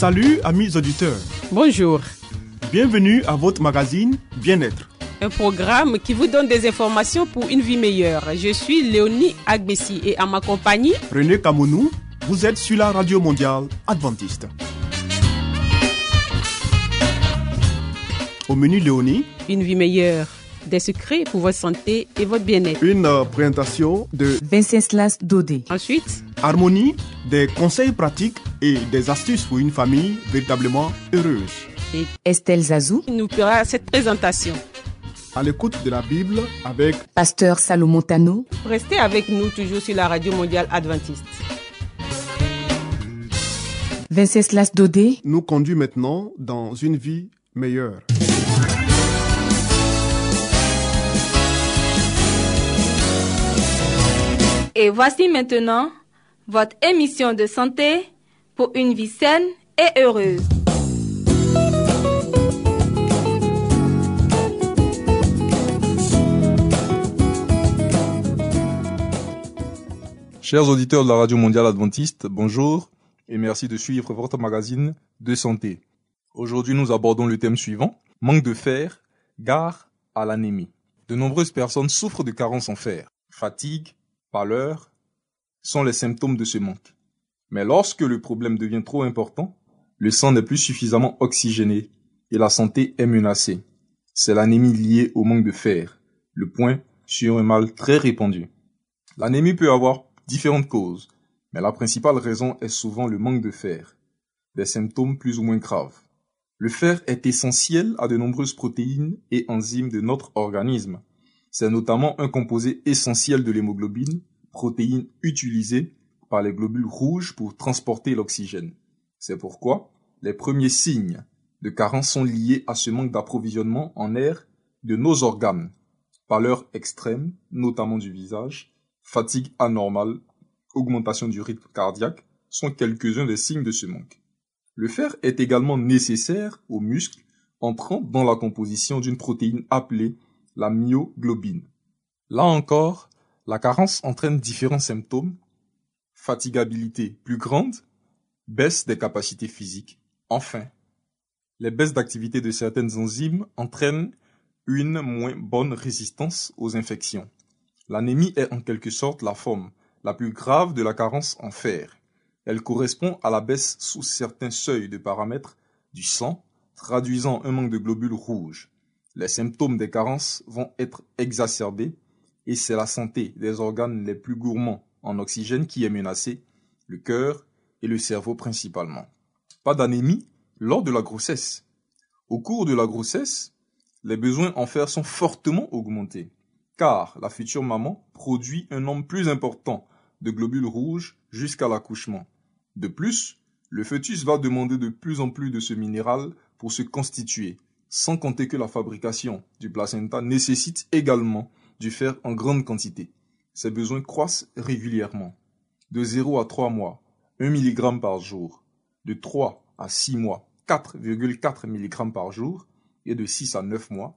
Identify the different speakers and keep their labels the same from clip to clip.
Speaker 1: Salut amis auditeurs.
Speaker 2: Bonjour.
Speaker 1: Bienvenue à votre magazine Bien-être.
Speaker 2: Un programme qui vous donne des informations pour une vie meilleure. Je suis Léonie Agbessi et à ma compagnie,
Speaker 1: René Kamounou, vous êtes sur la Radio Mondiale Adventiste. Au menu Léonie,
Speaker 2: une vie meilleure, des secrets pour votre santé et votre bien-être.
Speaker 1: Une présentation de
Speaker 3: Venceslas Dodé.
Speaker 2: Ensuite,
Speaker 1: Harmonie, des conseils pratiques et des astuces pour une famille véritablement heureuse.
Speaker 2: et
Speaker 3: Estelle Zazou.
Speaker 2: nous fera cette présentation.
Speaker 1: À l'écoute de la Bible avec
Speaker 3: Pasteur Salomon Tano.
Speaker 2: Restez avec nous toujours sur la Radio Mondiale Adventiste.
Speaker 3: Venceslas Dodé.
Speaker 1: nous conduit maintenant dans une vie meilleure.
Speaker 4: Et voici maintenant votre émission de santé pour une vie saine et heureuse.
Speaker 5: Chers auditeurs de la Radio Mondiale Adventiste, bonjour et merci de suivre votre magazine de santé. Aujourd'hui, nous abordons le thème suivant, manque de fer, gare à l'anémie. De nombreuses personnes souffrent de carences en fer. Fatigue, pâleur sont les symptômes de ce manque. Mais lorsque le problème devient trop important, le sang n'est plus suffisamment oxygéné et la santé est menacée. C'est l'anémie liée au manque de fer, le point sur un mal très répandu. L'anémie peut avoir différentes causes, mais la principale raison est souvent le manque de fer, des symptômes plus ou moins graves. Le fer est essentiel à de nombreuses protéines et enzymes de notre organisme. C'est notamment un composé essentiel de l'hémoglobine, protéine utilisée par les globules rouges pour transporter l'oxygène. C'est pourquoi les premiers signes de carence sont liés à ce manque d'approvisionnement en air de nos organes. Pâleur extrême, notamment du visage, fatigue anormale, augmentation du rythme cardiaque sont quelques-uns des signes de ce manque. Le fer est également nécessaire aux muscles, entrant dans la composition d'une protéine appelée la myoglobine. Là encore, la carence entraîne différents symptômes, fatigabilité plus grande, baisse des capacités physiques. Enfin, les baisses d'activité de certaines enzymes entraînent une moins bonne résistance aux infections. L'anémie est en quelque sorte la forme la plus grave de la carence en fer. Elle correspond à la baisse sous certains seuils de paramètres du sang, traduisant un manque de globules rouges. Les symptômes des carences vont être exacerbés et c'est la santé des organes les plus gourmands en oxygène qui est menacée, le cœur et le cerveau principalement. Pas d'anémie lors de la grossesse. Au cours de la grossesse, les besoins en fer sont fortement augmentés, car la future maman produit un nombre plus important de globules rouges jusqu'à l'accouchement. De plus, le fœtus va demander de plus en plus de ce minéral pour se constituer, sans compter que la fabrication du placenta nécessite également du fer en grande quantité. Ces besoins croissent régulièrement. De 0 à 3 mois, 1 mg par jour. De 3 à 6 mois, 4,4 mg par jour. Et de 6 à 9 mois,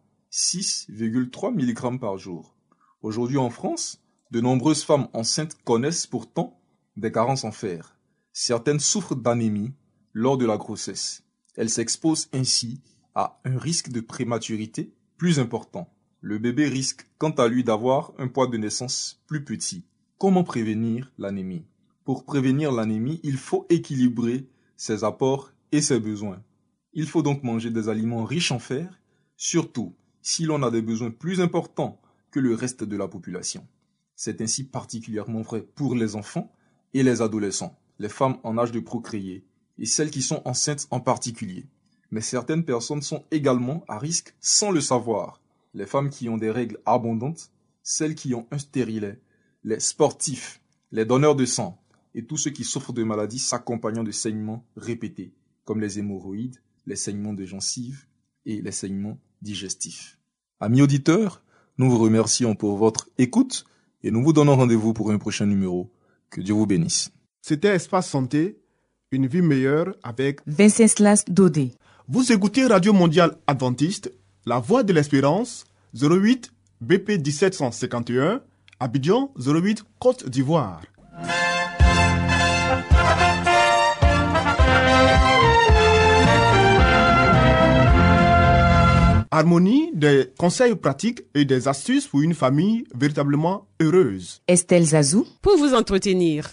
Speaker 5: 6,3 mg par jour. Aujourd'hui en France, de nombreuses femmes enceintes connaissent pourtant des carences en fer. Certaines souffrent d'anémie lors de la grossesse. Elles s'exposent ainsi à un risque de prématurité plus important. Le bébé risque quant à lui d'avoir un poids de naissance plus petit. Comment prévenir l'anémie ? Pour prévenir l'anémie, il faut équilibrer ses apports et ses besoins. Il faut donc manger des aliments riches en fer, surtout si l'on a des besoins plus importants que le reste de la population. C'est ainsi particulièrement vrai pour les enfants et les adolescents, les femmes en âge de procréer et celles qui sont enceintes en particulier. Mais certaines personnes sont également à risque sans le savoir. Les femmes qui ont des règles abondantes, celles qui ont un stérilet, les sportifs, les donneurs de sang et tous ceux qui souffrent de maladies s'accompagnant de saignements répétés, comme les hémorroïdes, les saignements de gencives et les saignements digestifs. Amis auditeurs, nous vous remercions pour votre écoute et nous vous donnons rendez-vous pour un prochain numéro. Que Dieu vous bénisse.
Speaker 1: C'était Espace Santé, une vie meilleure avec
Speaker 3: Venceslas Dodé.
Speaker 1: Vous écoutez Radio Mondiale Adventiste, La Voix de l'Espérance, 08 BP 1751, Abidjan 08 Côte d'Ivoire. Harmonie, des conseils pratiques et des astuces pour une famille véritablement heureuse.
Speaker 3: Estelle Zazou.
Speaker 2: Pour vous entretenir.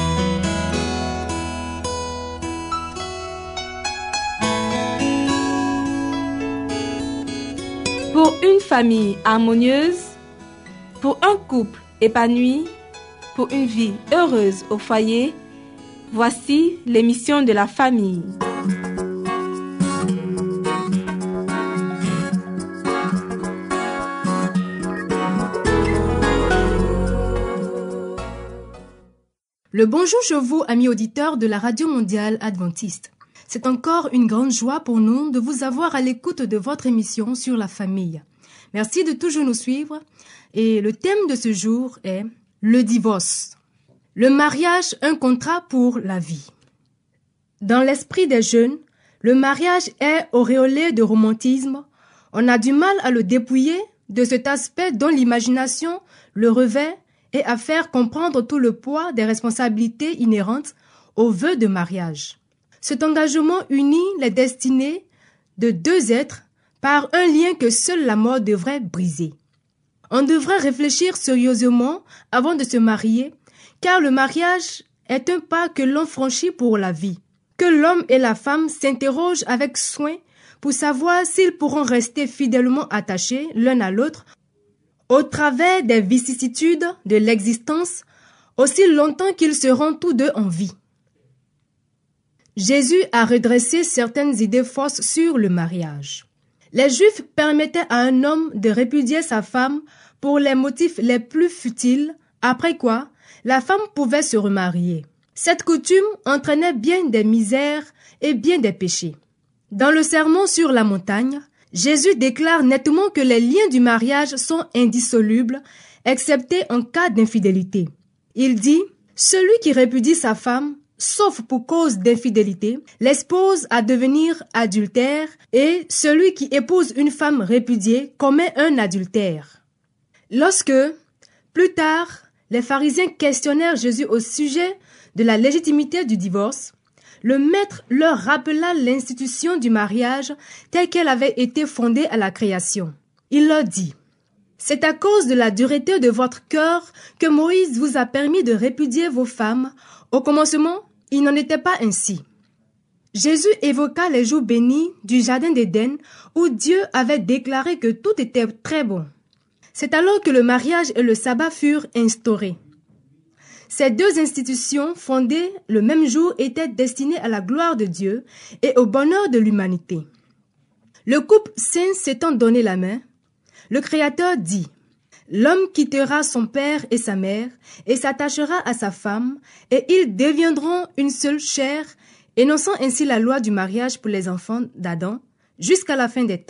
Speaker 4: Pour une famille harmonieuse, pour un couple épanoui, pour une vie heureuse au foyer, voici l'émission de la famille.
Speaker 6: Le bonjour chez vous, amis auditeurs de la Radio Mondiale Adventiste. C'est encore une grande joie pour nous de vous avoir à l'écoute de votre émission sur la famille. Merci de toujours nous suivre. Et le thème de ce jour est le divorce. Le mariage, un contrat pour la vie. Dans l'esprit des jeunes, le mariage est auréolé de romantisme. On a du mal à le dépouiller de cet aspect dont l'imagination le revêt et à faire comprendre tout le poids des responsabilités inhérentes aux vœux de mariage. Cet engagement unit les destinées de deux êtres par un lien que seule la mort devrait briser. On devrait réfléchir sérieusement avant de se marier, car le mariage est un pas que l'on franchit pour la vie. Que l'homme et la femme s'interrogent avec soin pour savoir s'ils pourront rester fidèlement attachés l'un à l'autre au travers des vicissitudes de l'existence aussi longtemps qu'ils seront tous deux en vie. Jésus a redressé certaines idées fausses sur le mariage. Les Juifs permettaient à un homme de répudier sa femme pour les motifs les plus futiles, après quoi la femme pouvait se remarier. Cette coutume entraînait bien des misères et bien des péchés. Dans le Sermon sur la montagne, Jésus déclare nettement que les liens du mariage sont indissolubles, excepté en cas d'infidélité. Il dit « Celui qui répudie sa femme, sauf pour cause d'infidélité, l'expose à devenir adultère, et celui qui épouse une femme répudiée commet un adultère. » Lorsque, plus tard, les pharisiens questionnèrent Jésus au sujet de la légitimité du divorce, le maître leur rappela l'institution du mariage telle qu'elle avait été fondée à la création. Il leur dit « C'est à cause de la dureté de votre cœur que Moïse vous a permis de répudier vos femmes. Au commencement, il n'en était pas ainsi. » Jésus évoqua les jours bénis du jardin d'Éden où Dieu avait déclaré que tout était très bon. C'est alors que le mariage et le sabbat furent instaurés. Ces deux institutions fondées le même jour étaient destinées à la gloire de Dieu et au bonheur de l'humanité. Le couple saint s'étant donné la main, le Créateur dit « L'homme quittera son père et sa mère et s'attachera à sa femme, et ils deviendront une seule chair, énonçant ainsi la loi du mariage pour les enfants d'Adam jusqu'à la fin des temps. »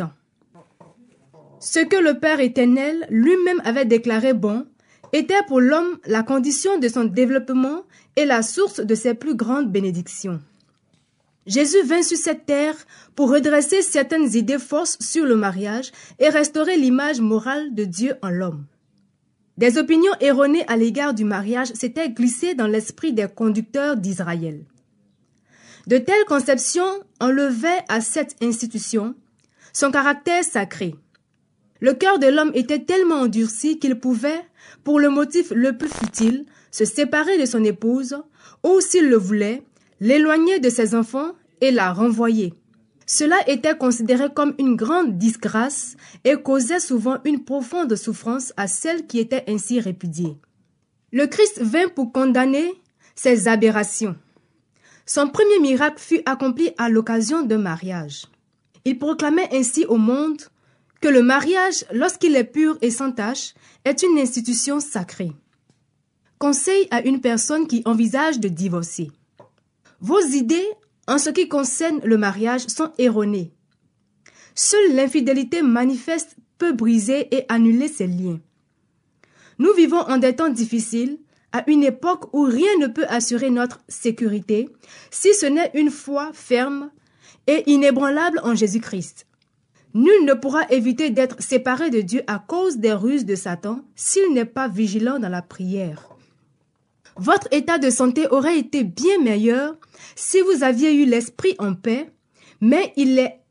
Speaker 6: Ce que le Père éternel lui-même avait déclaré bon était pour l'homme la condition de son développement et la source de ses plus grandes bénédictions. Jésus vint sur cette terre pour redresser certaines idées fausses sur le mariage et restaurer l'image morale de Dieu en l'homme. Des opinions erronées à l'égard du mariage s'étaient glissées dans l'esprit des conducteurs d'Israël. De telles conceptions enlevaient à cette institution son caractère sacré. Le cœur de l'homme était tellement endurci qu'il pouvait, pour le motif le plus futile, se séparer de son épouse, ou, s'il le voulait, l'éloigner de ses enfants et la renvoyer. Cela était considéré comme une grande disgrâce et causait souvent une profonde souffrance à celles qui étaient ainsi répudiées. Le Christ vint pour condamner ces aberrations. Son premier miracle fut accompli à l'occasion d'un mariage. Il proclamait ainsi au monde que le mariage, lorsqu'il est pur et sans tache, est une institution sacrée. Conseil à une personne qui envisage de divorcer. Vos idées en ce qui concerne le mariage sont erronées. Seule l'infidélité manifeste peut briser et annuler ces liens. Nous vivons en des temps difficiles, à une époque où rien ne peut assurer notre sécurité, si ce n'est une foi ferme et inébranlable en Jésus-Christ. Nul ne pourra éviter d'être séparé de Dieu à cause des ruses de Satan s'il n'est pas vigilant dans la prière. Votre état de santé aurait été bien meilleur si vous aviez eu l'esprit en paix, mais il est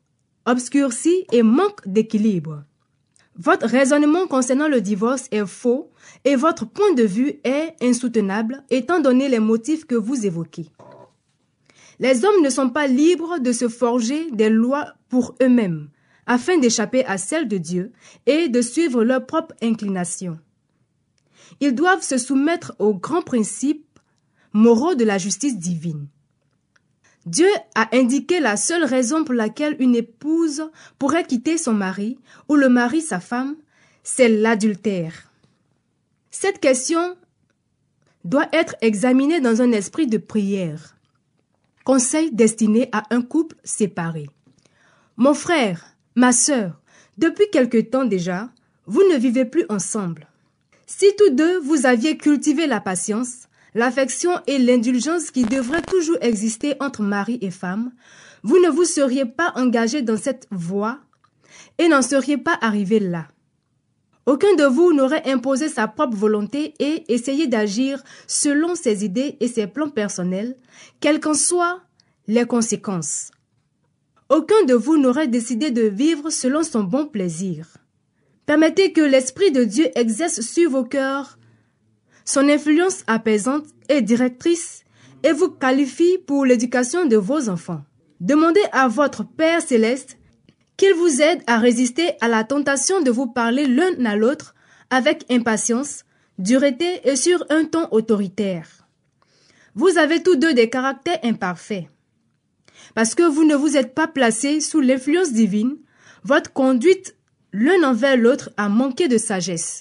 Speaker 6: obscurci et manque d'équilibre. Votre raisonnement concernant le divorce est faux et votre point de vue est insoutenable étant donné les motifs que vous évoquez. Les hommes ne sont pas libres de se forger des lois pour eux-mêmes afin d'échapper à celles de Dieu et de suivre leurs propres inclinations. Ils doivent se soumettre aux grands principes moraux de la justice divine. Dieu a indiqué la seule raison pour laquelle une épouse pourrait quitter son mari ou le mari sa femme, c'est l'adultère. Cette question doit être examinée dans un esprit de prière. Conseil destiné à un couple séparé. Mon frère, ma sœur, depuis quelque temps déjà, vous ne vivez plus ensemble. Si tous deux vous aviez cultivé la patience, l'affection et l'indulgence qui devraient toujours exister entre mari et femme, vous ne vous seriez pas engagés dans cette voie et n'en seriez pas arrivés là. Aucun de vous n'aurait imposé sa propre volonté et essayé d'agir selon ses idées et ses plans personnels, quelles qu'en soient les conséquences. Aucun de vous n'aurait décidé de vivre selon son bon plaisir. Permettez que l'Esprit de Dieu exerce sur vos cœurs son influence apaisante et directrice et vous qualifie pour l'éducation de vos enfants. Demandez à votre Père céleste qu'il vous aide à résister à la tentation de vous parler l'un à l'autre avec impatience, dureté et sur un ton autoritaire. Vous avez tous deux des caractères imparfaits. Parce que vous ne vous êtes pas placés sous l'influence divine, votre conduite l'un envers l'autre a manqué de sagesse.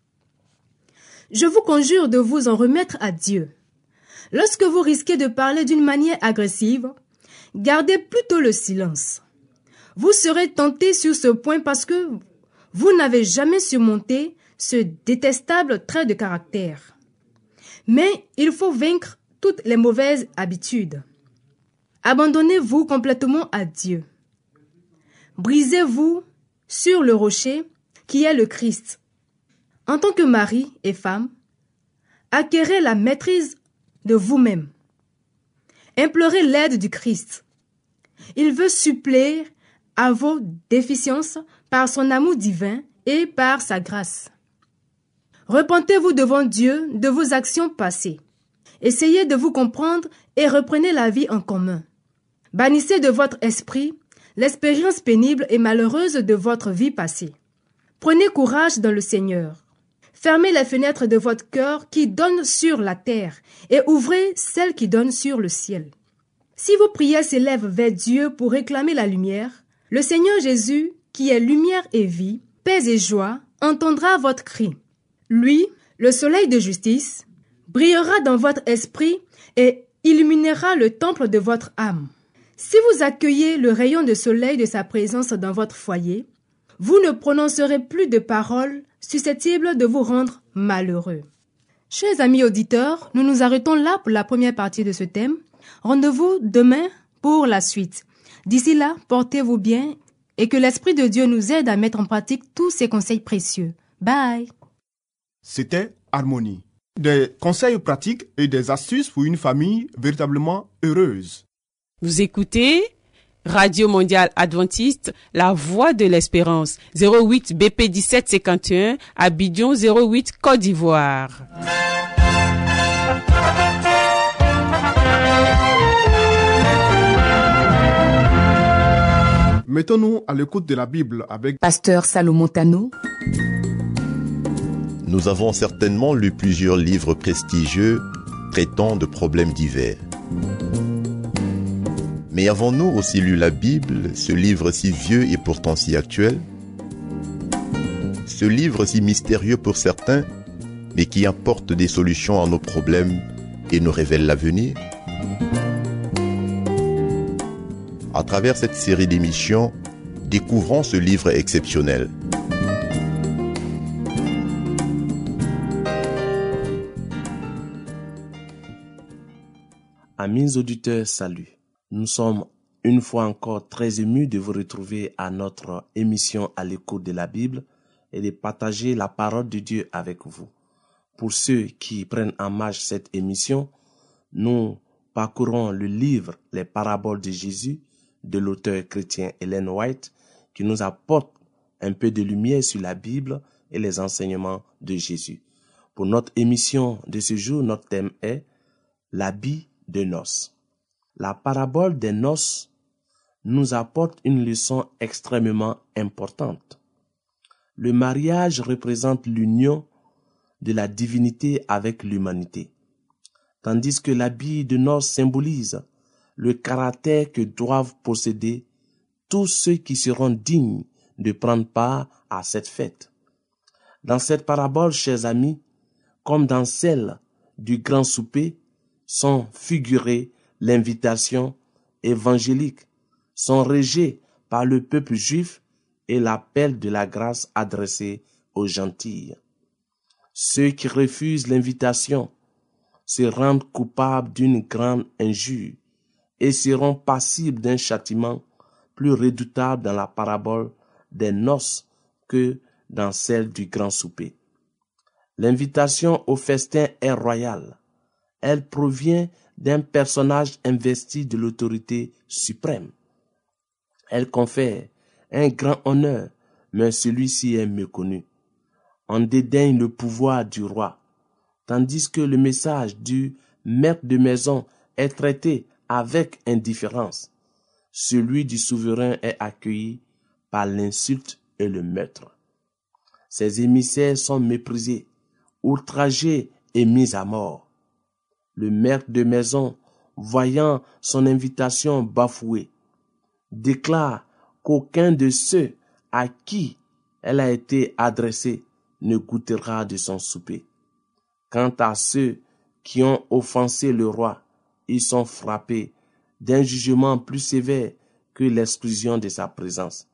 Speaker 6: Je vous conjure de vous en remettre à Dieu. Lorsque vous risquez de parler d'une manière agressive, gardez plutôt le silence. Vous serez tenté sur ce point parce que vous n'avez jamais surmonté ce détestable trait de caractère. Mais il faut vaincre toutes les mauvaises habitudes. Abandonnez-vous complètement à Dieu. Brisez-vous sur le rocher qui est le Christ. En tant que mari et femme, acquérez la maîtrise de vous-même. Implorez l'aide du Christ. Il veut suppléer à vos déficiences par son amour divin et par sa grâce. Repentez-vous devant Dieu de vos actions passées. Essayez de vous comprendre et reprenez la vie en commun. Bannissez de votre esprit l'expérience pénible et malheureuse de votre vie passée. Prenez courage dans le Seigneur. Fermez les fenêtres de votre cœur qui donnent sur la terre et ouvrez celles qui donnent sur le ciel. Si vos prières s'élèvent vers Dieu pour réclamer la lumière, le Seigneur Jésus, qui est lumière et vie, paix et joie, entendra votre cri. Lui, le soleil de justice, brillera dans votre esprit et illuminera le temple de votre âme. Si vous accueillez le rayon de soleil de sa présence dans votre foyer, vous ne prononcerez plus de paroles susceptibles de vous rendre malheureux. Chers amis auditeurs, nous nous arrêtons là pour la première partie de ce thème. Rendez-vous demain pour la suite. D'ici là, portez-vous bien et que l'Esprit de Dieu nous aide à mettre en pratique tous ces conseils précieux. Bye!
Speaker 1: C'était Harmonie. Des conseils pratiques et des astuces pour une famille véritablement heureuse.
Speaker 2: Vous écoutez Radio Mondiale Adventiste, la voix de l'espérance, 08 BP 1751, Abidjan 08, Côte d'Ivoire.
Speaker 1: Mettons-nous à l'écoute de la Bible avec
Speaker 3: Pasteur Salomon Tano.
Speaker 7: Nous avons certainement lu plusieurs livres prestigieux traitant de problèmes divers. Mais avons-nous aussi lu la Bible, ce livre si vieux et pourtant si actuel? Ce livre si mystérieux pour certains, mais qui apporte des solutions à nos problèmes et nous révèle l'avenir? À travers cette série d'émissions, découvrons ce livre exceptionnel.
Speaker 8: Amis auditeurs, salut. Nous sommes une fois encore très émus de vous retrouver à notre émission à l'écoute de la Bible et de partager la parole de Dieu avec vous. Pour ceux qui prennent en marche cette émission, nous parcourons le livre Les Paraboles de Jésus de l'auteur chrétien Ellen White qui nous apporte un peu de lumière sur la Bible et les enseignements de Jésus. Pour notre émission de ce jour, notre thème est l'habit de noces. La parabole des noces nous apporte une leçon extrêmement importante. Le mariage représente l'union de la divinité avec l'humanité, tandis que l'habit de noces symbolise le caractère que doivent posséder tous ceux qui seront dignes de prendre part à cette fête. Dans cette parabole, chers amis, comme dans celle du grand souper, sont figurées l'invitation évangélique, sont régées par le peuple juif et l'appel de la grâce adressé aux gentils. Ceux qui refusent l'invitation se rendent coupables d'une grande injure et seront passibles d'un châtiment plus redoutable dans la parabole des noces que dans celle du grand souper. L'invitation au festin est royale. Elle provient d'un personnage investi de l'autorité suprême. Elle confère un grand honneur, mais celui-ci est méconnu. On dédaigne le pouvoir du roi, tandis que le message du maître de maison est traité avec indifférence. Celui du souverain est accueilli par l'insulte et le meurtre. Ses émissaires sont méprisés, outragés et mis à mort. Le maître de maison, voyant son invitation bafouée, déclare qu'aucun de ceux à qui elle a été adressée ne goûtera de son souper. Quant à ceux qui ont offensé le roi, ils sont frappés d'un jugement plus sévère que l'exclusion de sa présence.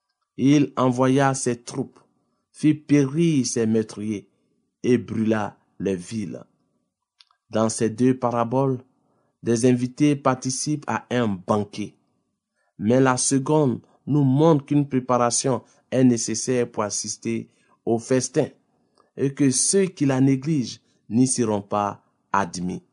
Speaker 8: Il envoya ses troupes, fit périr ses meurtriers et brûla les villes. Dans ces deux paraboles, des invités participent à un banquet. Mais la seconde nous montre qu'une préparation est nécessaire pour assister au festin et que ceux qui la négligent n'y seront pas admis.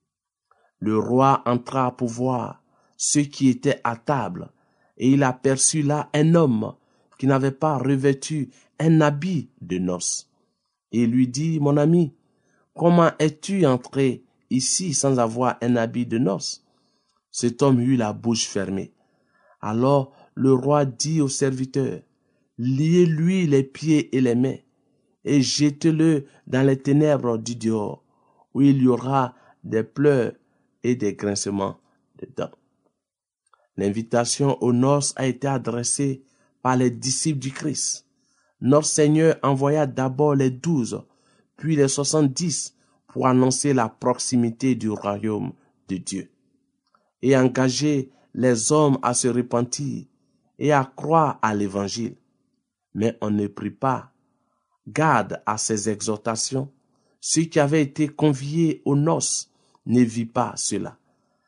Speaker 8: Le roi entra pour voir ceux qui étaient à table et il aperçut là un homme qui n'avait pas revêtu un habit de noces. Et il lui dit, « Mon ami, comment es-tu entré ici sans avoir un habit de noces ?» Cet homme eut la bouche fermée. Alors le roi dit au serviteur, « Liez-lui les pieds et les mains et jetez-le dans les ténèbres du dehors, où il y aura des pleurs et des grincements de dents. » L'invitation aux noces a été adressée par les disciples du Christ. Notre Seigneur envoya d'abord les 12, puis les 70 pour annoncer la proximité du royaume de Dieu et engager les hommes à se repentir et à croire à l'évangile. Mais on ne prit pas garde à ces exhortations. Ceux qui avaient été conviés aux noces ne virent pas cela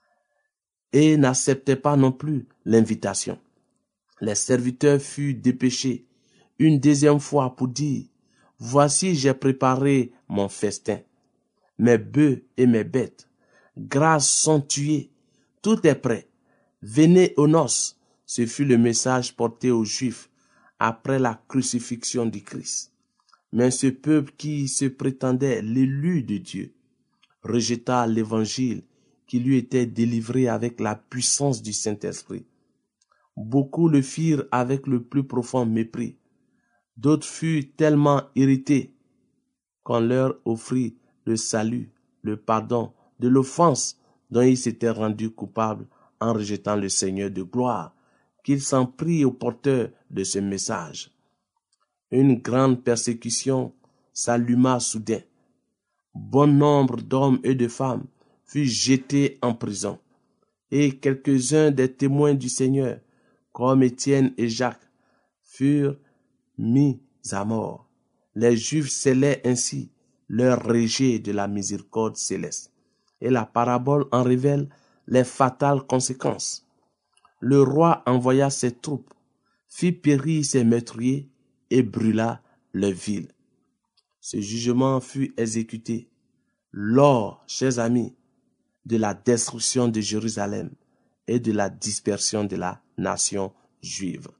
Speaker 8: et n'acceptaient pas non plus l'invitation. Les serviteurs furent dépêchés une deuxième fois pour dire, « Voici, j'ai préparé mon festin. Mes bœufs et mes bêtes, grasses sont tués. Tout est prêt. Venez aux noces. » Ce fut le message porté aux Juifs après la crucifixion du Christ. Mais ce peuple qui se prétendait l'élu de Dieu rejeta l'évangile qui lui était délivré avec la puissance du Saint-Esprit. Beaucoup le firent avec le plus profond mépris. D'autres furent tellement irrités qu'on leur offrit le salut, le pardon de l'offense dont ils s'étaient rendus coupables en rejetant le Seigneur de gloire, qu'ils s'en prirent au porteur de ce message. Une grande persécution s'alluma soudain. Bon nombre d'hommes et de femmes furent jetés en prison, et quelques-uns des témoins du Seigneur, comme Étienne et Jacques, furent mis à mort. Les Juifs scellaient ainsi leur rejet de la miséricorde céleste, et la parabole en révèle les fatales conséquences. Le roi envoya ses troupes, fit périr ses meurtriers et brûla les villes. Ce jugement fut exécuté lors, chers amis, de la destruction de Jérusalem et de la dispersion de la nation juive.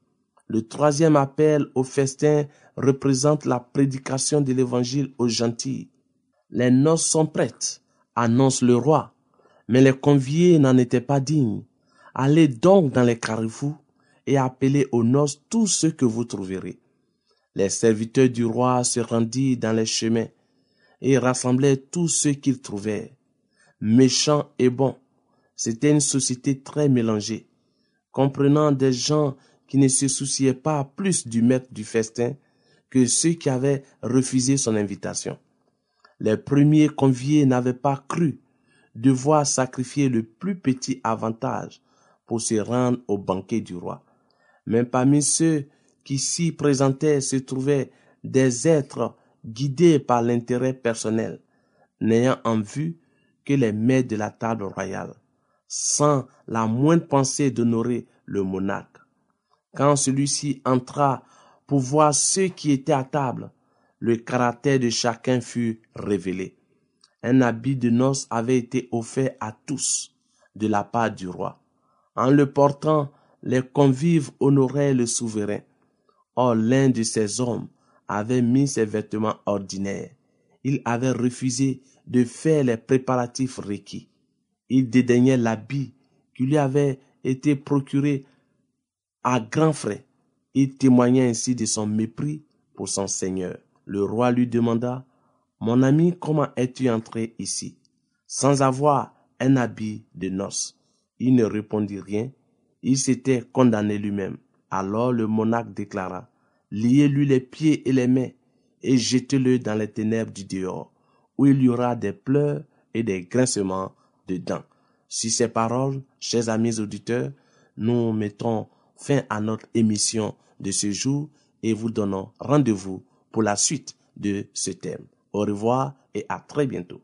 Speaker 8: Le troisième appel au festin représente la prédication de l'évangile aux gentils. Les noces sont prêtes, annonce le roi, mais les conviés n'en étaient pas dignes. Allez donc dans les carrefours et appelez aux noces tous ceux que vous trouverez. Les serviteurs du roi se rendirent dans les chemins et rassemblèrent tous ceux qu'ils trouvèrent, méchants et bons. C'était une société très mélangée, comprenant des gens qui ne se souciaient pas plus du maître du festin que ceux qui avaient refusé son invitation. Les premiers conviés n'avaient pas cru devoir sacrifier le plus petit avantage pour se rendre au banquet du roi. Mais parmi ceux qui s'y présentaient se trouvaient des êtres guidés par l'intérêt personnel, n'ayant en vue que les mets de la table royale, sans la moindre pensée d'honorer le monarque. Quand celui-ci entra pour voir ceux qui étaient à table, le caractère de chacun fut révélé. Un habit de noces avait été offert à tous de la part du roi. En le portant, les convives honoraient le souverain. Or, l'un de ces hommes avait mis ses vêtements ordinaires. Il avait refusé de faire les préparatifs requis. Il dédaignait l'habit qui lui avait été procuré à grands frais. Il témoignait ainsi de son mépris pour son Seigneur. Le roi lui demanda, « Mon ami, comment es-tu entré ici, sans avoir un habit de noces ?» Il ne répondit rien. Il s'était condamné lui-même. Alors le monarque déclara, « Liez-lui les pieds et les mains et jetez-le dans les ténèbres du dehors, où il y aura des pleurs et des grincements de dents. » Sur ces paroles, chers amis auditeurs, nous mettons fin à notre émission de ce jour et vous donnons rendez-vous pour la suite de ce thème. Au revoir et à très bientôt.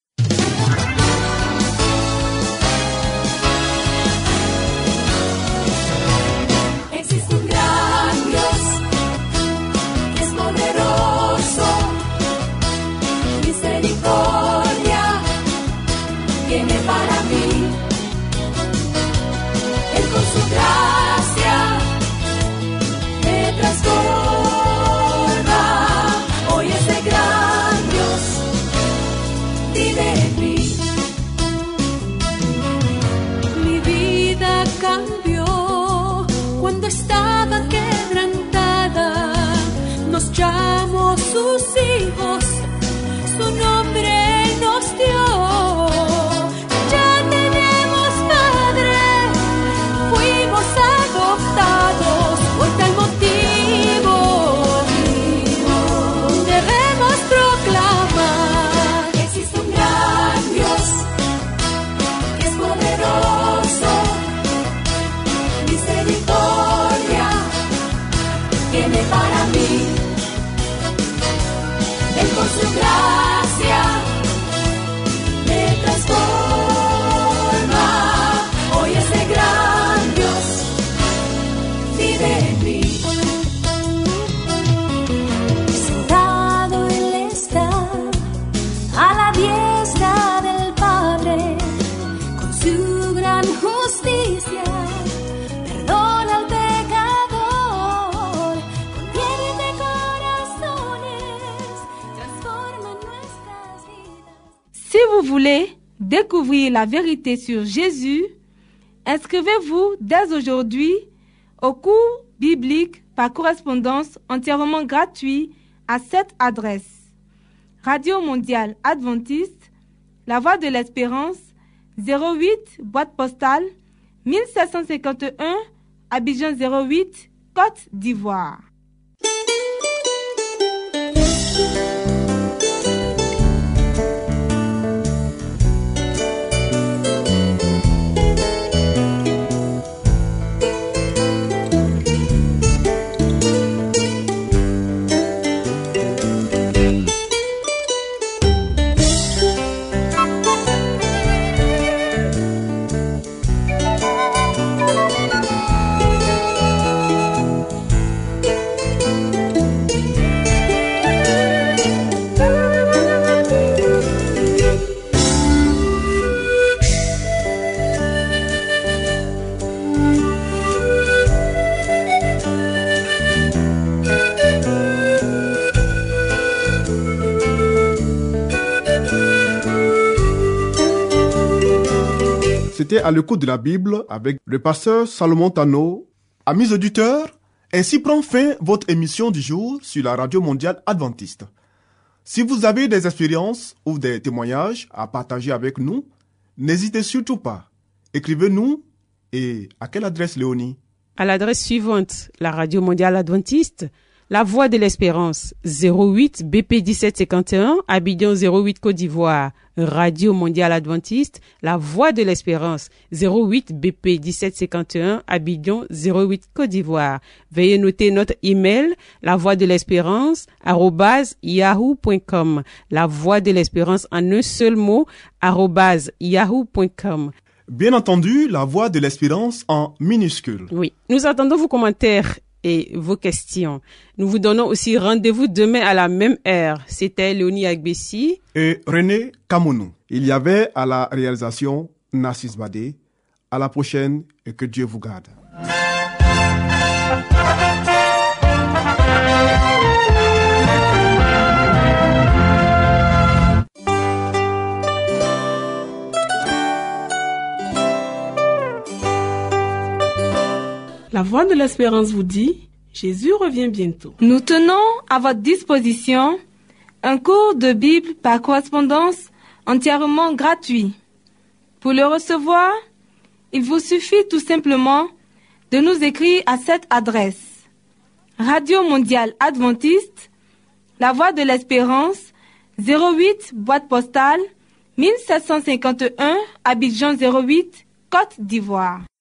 Speaker 9: Sus hijos, su nombre nos dio. Ya tenemos Padre, fuimos adoptados. Por tal motivo debemos proclamar que existe un gran Dios, que es poderoso, misericordia tiene para mí. Con su gracia me transforma. Hoy ese gran Dios vive en mí. Sentado Él está a la diestra del Padre, con su gran justicia perdona al pecador, convierte corazones, transforma nuestras vidas.
Speaker 4: Si vous voulez découvrir la vérité sur Jésus, inscrivez-vous dès aujourd'hui au cours biblique par correspondance entièrement gratuit à cette adresse: Radio Mondiale Adventiste, La Voix de l'Espérance, 08 boîte postale 1751, Abidjan 08, Côte d'Ivoire.
Speaker 1: étiez à l'écoute de la Bible avec le pasteur Salomon Tano. Amis auditeurs, ainsi prend fin votre émission du jour sur la Radio Mondiale Adventiste. Si vous avez des expériences ou des témoignages à partager avec nous, n'hésitez surtout pas. Écrivez-nous et à quelle adresse, Léonie?
Speaker 2: À l'adresse suivante, la Radio Mondiale Adventiste, La Voix de l'Espérance, 08 BP 1751, Abidjan 08 Côte d'Ivoire. Radio Mondiale Adventiste, La Voix de l'Espérance, 08 BP 1751, Abidjan 08 Côte d'Ivoire. Veuillez noter notre email, lavoixdelespérance@yahoo.com. La Voix de l'Espérance en un seul mot, @yahoo.com.
Speaker 1: Bien entendu, La Voix de l'Espérance en minuscule.
Speaker 2: Oui, nous attendons vos commentaires et vos questions. Nous vous donnons aussi rendez-vous demain à la même heure. C'était Léonie Agbessi
Speaker 1: et René Kamounou. Il y avait à la réalisation Narcisse Badé. À la prochaine et que Dieu vous garde.
Speaker 10: La Voix de l'Espérance vous dit, Jésus revient bientôt.
Speaker 4: Nous tenons à votre disposition un cours de Bible par correspondance entièrement gratuit. Pour le recevoir, il vous suffit tout simplement de nous écrire à cette adresse: Radio Mondiale Adventiste, La Voix de l'Espérance, 08 boîte postale 1751, Abidjan 08, Côte d'Ivoire.